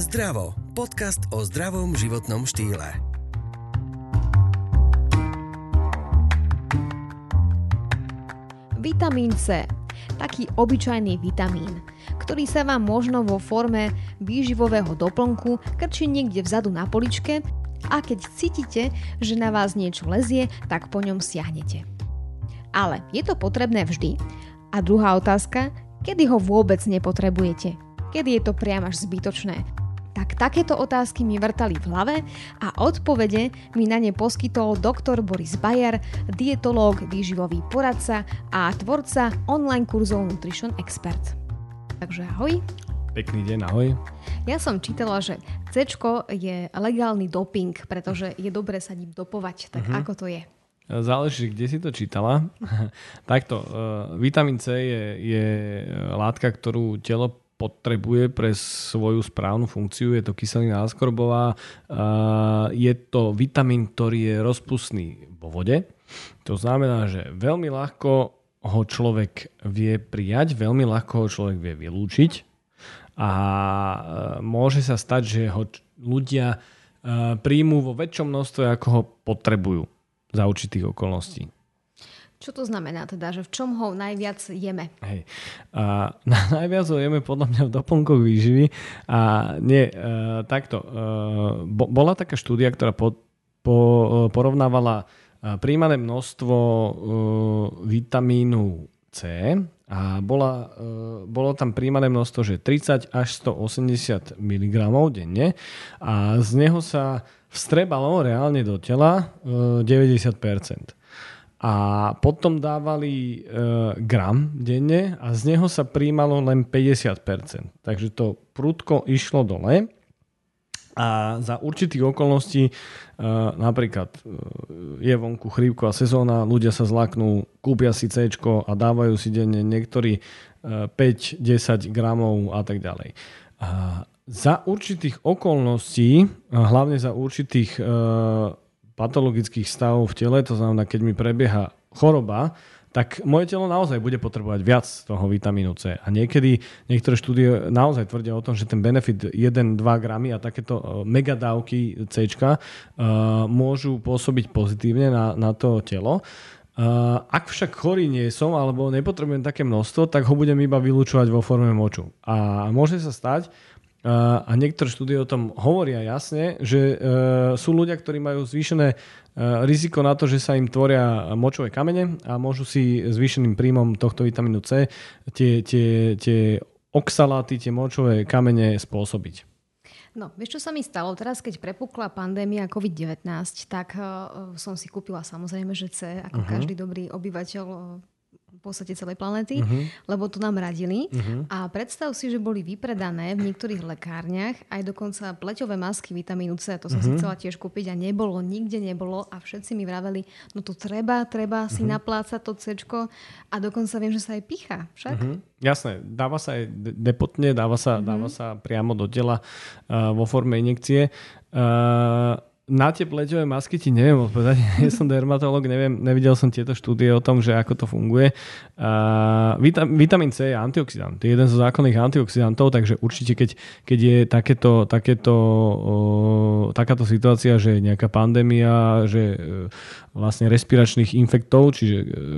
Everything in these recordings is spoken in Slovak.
Zdravo. Podcast o zdravom životnom štýle. Vitamín C. Taký obyčajný vitamín, ktorý sa vám možno vo forme výživového doplnku krčí niekde vzadu na poličke a keď cítite, že na vás niečo lezie, tak po ňom siahnete. Ale je to potrebné vždy? A druhá otázka, kedy ho vôbec nepotrebujete? Kedy je to priam až zbytočné? Tak takéto otázky mi vrtali v hlave a odpovede mi na ne poskytol doktor Boris Bayer, dietológ, výživový poradca a tvorca online kurzov Nutrition Expert. Takže ahoj. Pekný deň, ahoj. Ja som čítala, že C-čko je legálny doping, pretože je dobre sa ním dopovať. Tak ako to je? Záleží, kde si to čítala. Takto, vitamín C je látka, ktorú telo potrebuje pre svoju správnu funkciu. Je to kyselina askorbová. Je to vitamín, ktorý je rozpustný vo vode. To znamená, že veľmi ľahko ho človek vie prijať, veľmi ľahko ho človek vie vylúčiť a môže sa stať, že ho ľudia príjmú vo väčšom množstve, ako ho potrebujú za určitých okolností. Čo to znamená teda, že v čom ho najviac jeme? Hej. Najviac ho jeme podľa mňa v doplnkoch výživy a nie, takto. Bola taká štúdia, ktorá porovnávala príjmané množstvo vitamínu C a bolo tam príjmané množstvo, že 30 až 180 mg denne a z neho sa vstrebalo reálne do tela 90%. A potom dávali gram denne a z neho sa príjmalo len 50%. Takže to prudko išlo dole a za určitých okolností napríklad je vonku chrípková sezóna, ľudia sa zláknú, kúpia si C-čko a dávajú si denne niektorí 5-10 gramov a tak ďalej. A za určitých okolností, hlavne za určitých patologických stavov v tele, to znamená, keď mi prebieha choroba, tak moje telo naozaj bude potrebovať viac toho vitamínu C. A niektoré štúdie naozaj tvrdia o tom, že ten benefit 1-2 gramy a takéto megadávky C môžu pôsobiť pozitívne na to telo. Ak však chorý nie som alebo nepotrebujem také množstvo, tak ho budem iba vylúčovať vo forme moču. A môže sa stať, a niektoré štúdie o tom hovoria jasne, že sú ľudia, ktorí majú zvýšené riziko na to, že sa im tvoria močové kamene a môžu si zvýšeným príjmom tohto vitamínu C tie oxaláty, tie močové kamene spôsobiť. No, vieš, čo sa mi stalo? Teraz, keď prepukla pandémia COVID-19, tak som si kúpila samozrejme, že C, ako každý dobrý obyvateľ v podstate celej planéty, lebo to nám radili. A predstav si, že boli vypredané v niektorých lekárniach aj dokonca pleťové masky vitamínu C. To som si chcela tiež kúpiť a nikde nebolo a všetci mi vraveli, no to treba si naplácať to C-čko a dokonca viem, že sa aj pichá. Však? Jasné, dáva sa aj depotne, dáva sa priamo do tela vo forme injekcie. Na tie pleťové masky ti neviem odpovedať, nie som dermatológ, nevidel som tieto štúdie o tom, že ako to funguje. Vitamín C je antioxidant, je jeden zo zákonných antioxidantov, takže určite keď je takáto situácia, že nejaká pandémia, že vlastne respiračných infektov, čiže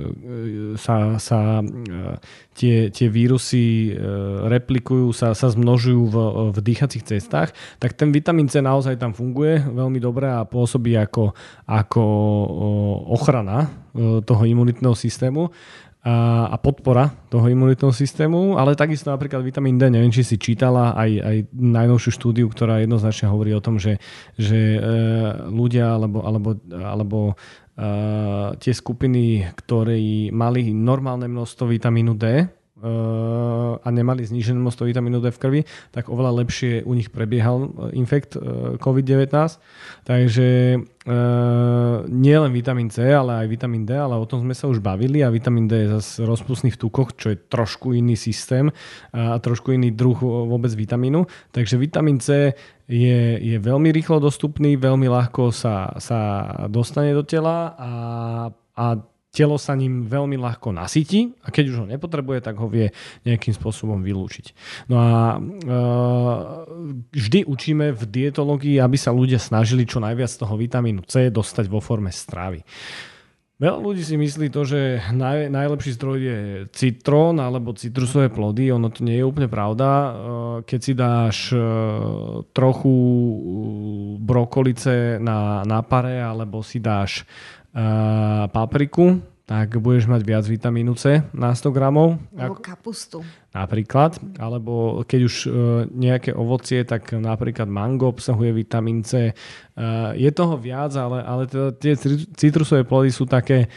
sa tie vírusy replikujú, sa zmnožujú v dýchacích cestách, tak ten vitamín C naozaj tam funguje veľmi dobre a pôsobí ako ochrana toho imunitného systému a podpora toho imunitného systému, ale takisto napríklad vitamín D, neviem, či si čítala aj najnovšiu štúdiu, ktorá jednoznačne hovorí o tom, že ľudia alebo tie skupiny, ktorí mali normálne množstvo vitamínu D a nemali znížené množstvo vitamínu D v krvi, tak oveľa lepšie u nich prebiehal infekt COVID-19. Takže nie len vitamín C, ale aj vitamín D, ale o tom sme sa už bavili a vitamín D je zase rozpustný v tukoch, čo je trošku iný systém a trošku iný druh vôbec vitamínu. Takže vitamín C je veľmi rýchlo dostupný, veľmi ľahko sa dostane do tela a telo sa ním veľmi ľahko nasytí a keď už ho nepotrebuje, tak ho vie nejakým spôsobom vylúčiť. No a vždy učíme v dietológii, aby sa ľudia snažili čo najviac toho vitamínu C dostať vo forme stravy. Veľa ľudí si myslí to, že najlepší zdroj je citrón alebo citrusové plody. Ono to nie je úplne pravda. Keď si dáš trochu brokolice na pare alebo si dáš papriku, tak budeš mať viac vitamínu C na 100 gramov. Alebo kapustu. Napríklad. Alebo keď už nejaké ovocie, tak napríklad mango obsahuje vitamín C. Je toho viac, ale teda tie citrusové plody sú také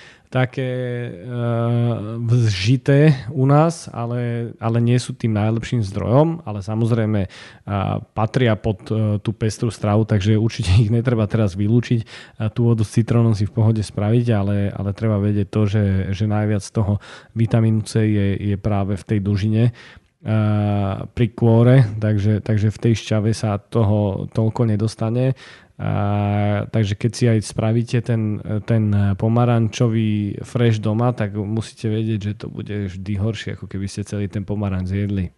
vzžité u nás, ale nie sú tým najlepším zdrojom, ale samozrejme patria pod tú pestrú stravu, takže určite ich netreba teraz vylúčiť. Tú vodu s citrónom si v pohode spraviť, ale treba vedieť to, že najviac toho vitamínu C je práve v tej dužine pri kôre, takže v tej šťave sa toho toľko nedostane. Takže keď si aj spravíte ten pomarančový fresh doma, tak musíte vedieť, že to bude vždy horšie, ako keby ste celý ten pomaranč zjedli.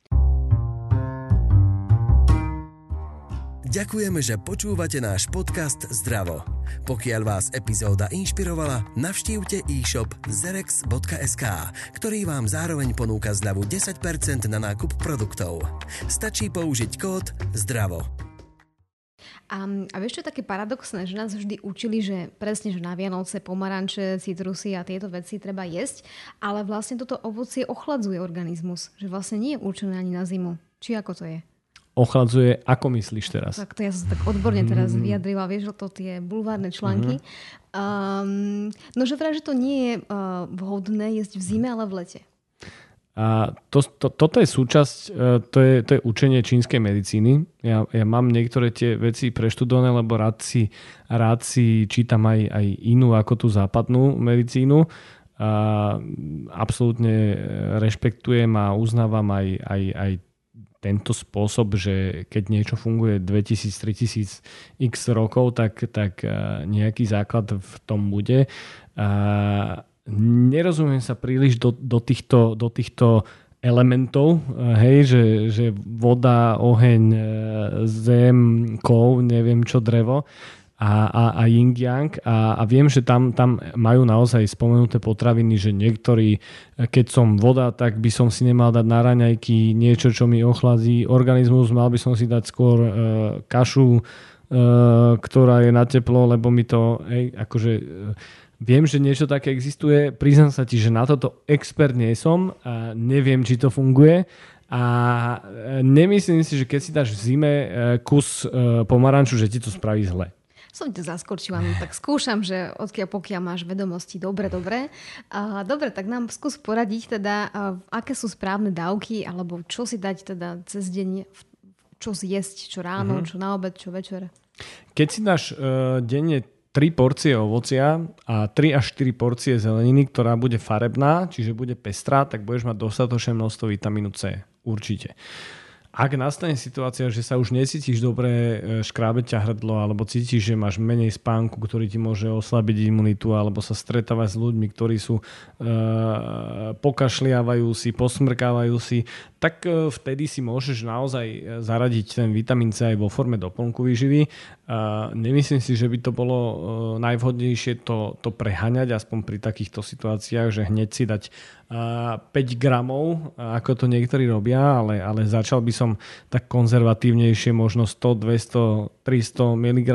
Ďakujeme, že počúvate náš podcast Zdravo. Pokiaľ vás epizóda inšpirovala, navštívte e-shop zerex.sk, ktorý vám zároveň ponúka zľavu 10% na nákup produktov. Stačí použiť kód ZDRAVO. A vieš, čo je také paradoxné, že nás vždy učili, že presne, že na Vianoce pomaranče, citrusy a tieto veci treba jesť, ale vlastne toto ovocie ochladzuje organizmus, že vlastne nie je určené ani na zimu. Či ako to je? Ochladzuje, ako myslíš teraz? Tak to ja som tak odborne teraz vyjadrila, vieš, to tie bulvárne články. No, že vraj, že to nie je vhodné jesť v zime, ale v lete. A toto je súčasť, to je učenie čínskej medicíny. Ja mám niektoré tie veci preštudované, lebo rád si čítam aj inú ako tú západnú medicínu. Absolútne rešpektujem a uznávam aj tento spôsob, že keď niečo funguje 2000-3000 x rokov, tak nejaký základ v tom bude. Nerozumiem sa príliš do týchto elementov, hej, že voda, oheň, zem, kov, neviem čo, drevo a yin-yang a viem, že tam majú naozaj spomenuté potraviny, že niektorí, keď som voda, tak by som si nemal dať na raňajky niečo, čo mi ochladí organizmus, mal by som si dať skôr kašu, ktorá je na teplo, lebo mi to, akože viem, že niečo také existuje, priznám sa ti, že na toto expert nie som, a neviem, či to funguje a nemyslím si, že keď si dáš v zime kus pomaranču, že ti to spraví zle. Som ťa zaskočila, no tak skúšam, že pokiaľ máš vedomosti, dobre. Dobre, tak nám skús poradiť teda, aké sú správne dávky, alebo čo si dať teda cez deň, čo zjesť, čo ráno, čo na obed, čo večer. Keď si dáš denne 3 porcie ovocia a 3 až 4 porcie zeleniny, ktorá bude farebná, čiže bude pestrá, tak budeš mať dostatočné množstvo vitamínu C. Určite. Ak nastane situácia, že sa už necítiš dobre, škrábe ťa hrdlo, alebo cítiš, že máš menej spánku, ktorý ti môže oslabiť imunitu, alebo sa stretávať s ľuďmi, ktorí sú pokašliavajú si, posmrkávajú si, tak vtedy si môžeš naozaj zaradiť ten vitamín C aj vo forme doplnku výživy. Nemyslím si, že by to bolo najvhodnejšie to preháňať, aspoň pri takýchto situáciách, že hneď si dať 5 gramov, ako to niektorí robia, ale začal by som tak konzervatívnejšie, možno 100, 200, 300 mg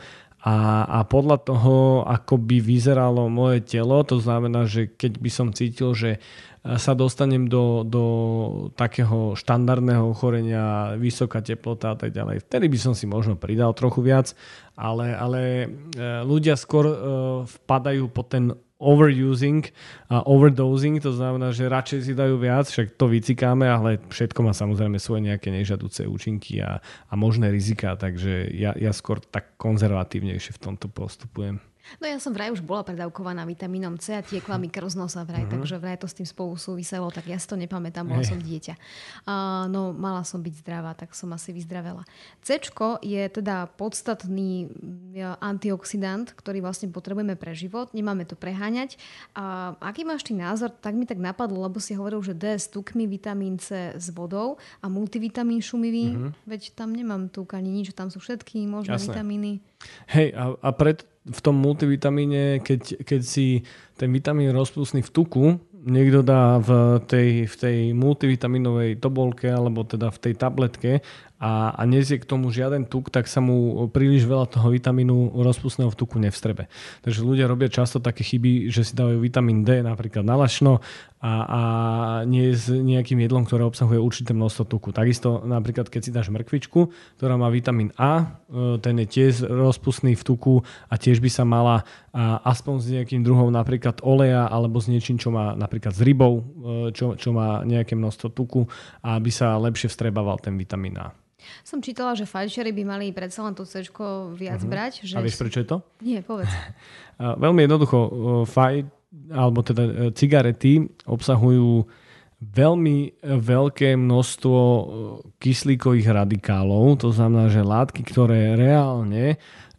a podľa toho, ako by vyzeralo moje telo, to znamená, že keď by som cítil, že sa dostanem do takého štandardného ochorenia, vysoká teplota a tak ďalej, vtedy by som si možno pridal trochu viac, ale ľudia skôr vpadajú po ten overusing a overdosing, to znamená, že radšej si dajú viac, však to vycikáme, ale všetko má samozrejme svoje nejaké nežiaduce účinky a možné riziká, takže ja skôr tak konzervatívnejšie v tomto postupujem. No ja som vraj už bola predávkovaná vitamínom C a tiekla mi krv z nosa vraj, takže vraj to s tým spolu súviselo, tak ja si to nepamätám, bola som dieťa. No mala som byť zdravá, tak som asi vyzdravela. Cčko je teda podstatný antioxidant, ktorý vlastne potrebujeme pre život, nemáme to preháňať. A aký máš ty názor, tak mi tak napadlo, lebo si hovoril, že D s tukmi, vitamín C s vodou a multivitamín šumivý, veď tam nemám tuk ani nič, tam sú všetky možné vitamíny. Hej, a v tom multivitamíne, keď si ten vitamín rozpustný v tuku niekto dá v tej multivitaminovej tobolke alebo teda v tej tabletke a nezie k tomu žiaden tuk, tak sa mu príliš veľa toho vitamínu rozpustného v tuku nevstrebe. Takže ľudia robia často také chyby, že si dávajú vitamín D napríklad na lačno a nie s nejakým jedlom, ktoré obsahuje určité množstvo tuku. Takisto napríklad, keď si dáš mrkvičku, ktorá má vitamín A, ten je tiež rozpustný v tuku a tiež by sa mala aspoň s nejakým druhom napríklad oleja alebo s niečím, čo má napríklad s rybou, čo má nejaké množstvo tuku, aby sa lepšie vstrebával ten vitamín A. Som čítala, že fajčiari by mali predsa len to C-čko viac brať. Že... A vieš, prečo je to? Nie, povedz. Veľmi jednoducho. Alebo teda cigarety obsahujú veľmi veľké množstvo kyslíkových radikálov. To znamená, že látky, ktoré reálne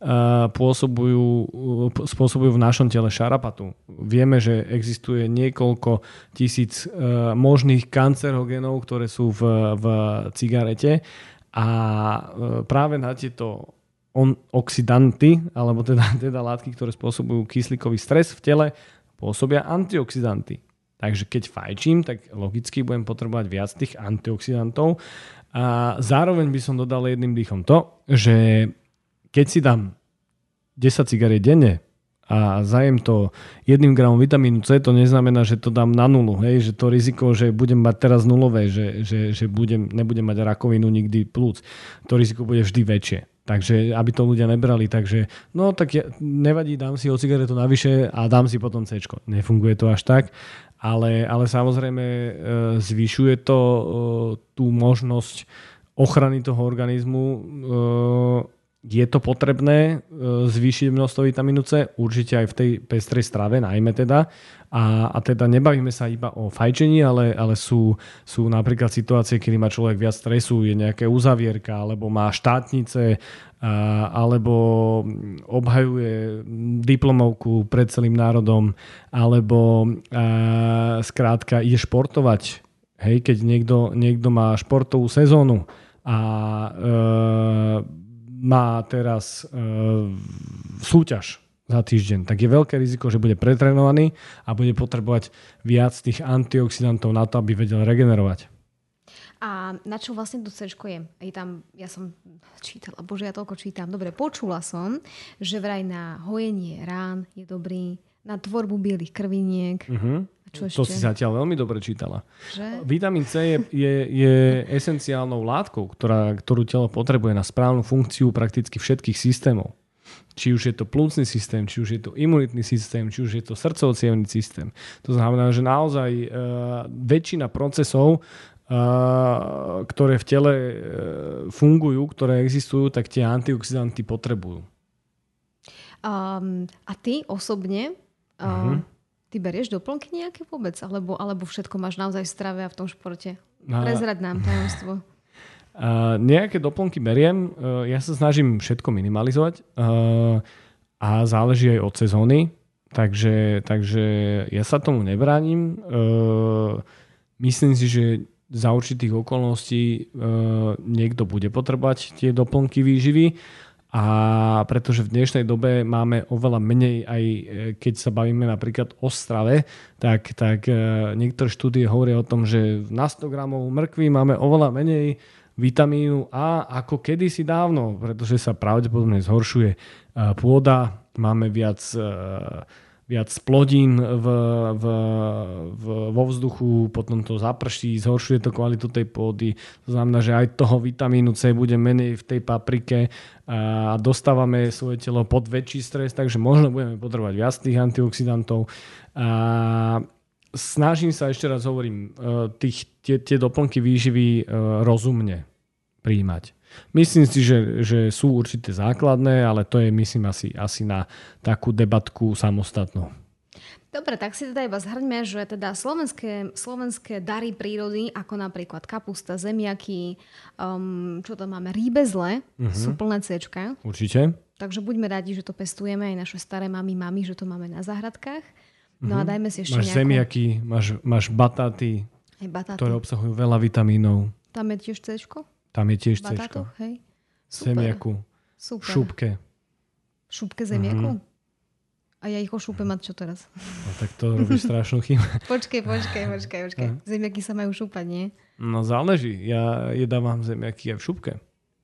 spôsobujú v našom tele šarapatu. Vieme, že existuje niekoľko tisíc možných kancerogénov, ktoré sú v cigarete. A práve na tieto oxidanty, alebo teda látky, ktoré spôsobujú kyslíkový stres v tele, pôsobia antioxidanty. Takže keď fajčím, tak logicky budem potrebovať viac tých antioxidantov. A zároveň by som dodal jedným dýchom to, že keď si dám 10 cigariet denne a zajem to 1 gramom vitamínu C, to neznamená, že to dám na nulu. Hej? Že to riziko, že budem mať teraz nulové, že nebudem mať rakovinu nikdy plúc, to riziko bude vždy väčšie. Takže aby to ľudia nebrali, takže no tak nevadí, dám si o cigaretu navyše a dám si potom C-čko. Nefunguje to až tak, ale samozrejme zvyšuje to tú možnosť ochrany toho organizmu. Je to potrebné zvýšiť množstvo vitamínu C, určite aj v tej pestrej strave, najmä teda. A teda nebavíme sa iba o fajčení, ale sú napríklad situácie, kedy má človek viac stresu, je nejaké uzavierka, alebo má štátnice, alebo obhajuje diplomovku pred celým národom, alebo skrátka ide športovať. Hej, keď niekto má športovú sezónu a má teraz súťaž za týždeň, tak je veľké riziko, že bude pretrénovaný a bude potrebovať viac tých antioxidantov na to, aby vedel regenerovať. A na čo vlastne to C-čko je? Ja som čítala, bože, ja toľko čítam. Dobre, počula som, že vraj na hojenie rán je dobrý, na tvorbu bielých krviniek. To si zatiaľ veľmi dobre čítala. Že? Vitamín C je esenciálnou látkou, ktorú telo potrebuje na správnu funkciu prakticky všetkých systémov. Či už je to plúcny systém, či už je to imunitný systém, či už je to srdcovo-cievny systém. To znamená, že naozaj väčšina procesov, ktoré v tele fungujú, ktoré existujú, tak tie antioxidanty potrebujú. A ty osobne... Ty berieš doplnky nejaké vôbec? Alebo všetko máš naozaj v strave a v tom športe? Prezrad nám tajomstvo. Nejaké doplnky beriem. Ja sa snažím všetko minimalizovať a záleží aj od sezóny. Takže ja sa tomu nebránim. Myslím si, že za určitých okolností niekto bude potrebovať tie doplnky výživy. A pretože v dnešnej dobe máme oveľa menej, aj keď sa bavíme napríklad o strave, tak niektoré štúdie hovoria o tom, že na 100 gramov mrkvy máme oveľa menej vitamínu A ako kedysi dávno, pretože sa pravdepodobne zhoršuje pôda, máme viac plodín vo vzduchu, potom to zaprší, zhoršuje to kvalitu tej pôdy. To znamená, že aj toho vitamínu C bude menej v tej paprike a dostávame svoje telo pod väčší stres, takže možno budeme potrebovať viac tých antioxidantov. Snažím sa, ešte raz hovorím, tie doplnky výživy rozumne prijímať. Myslím si, že sú určité základné, ale to je, myslím, asi na takú debatku samostatnú. Dobre, tak si teda iba zhrňme, že teda slovenské dary prírody, ako napríklad kapusta, zemiaky, čo tam máme, rýbezle, sú plné C-čka. Určite. Takže buďme radi, že to pestujeme aj naše staré mamy, že to máme na záhradkách. No a dajme si ešte máš zemiaky, máš batáty, ktoré obsahujú veľa vitamínov. Tam je tiež C-čko? Tam je tiež C-čko. Hej. Super. Zemiaku. Super. Šupke zemiaku? A ja ich ošúpem, a čo teraz? No tak to robíš strašnú chybu. Počkej. Zemiaky sa majú šúpať, nie? No záleží. Ja jedávam zemiaky aj v šupke.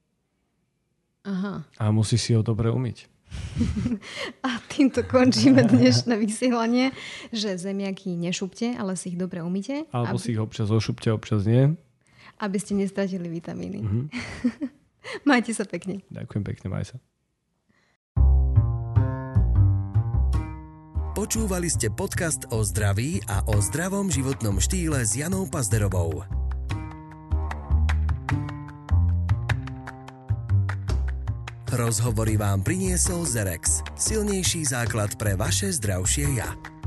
Aha. A musí si ho dobre umyť. A týmto končíme dnešné vysielanie, že zemiaky nešupte, ale si ich dobre umyte. Alebo si ich občas ošupte, občas nie. Aby ste nestratili vitamíny. Majte sa pekne. Ďakujem pekne, maj sa. Počúvali ste podcast o zdraví a o zdravom životnom štýle s Janou Pazderovou. Rozhovory vám priniesol Zerex. Silnejší základ pre vaše zdravšie ja.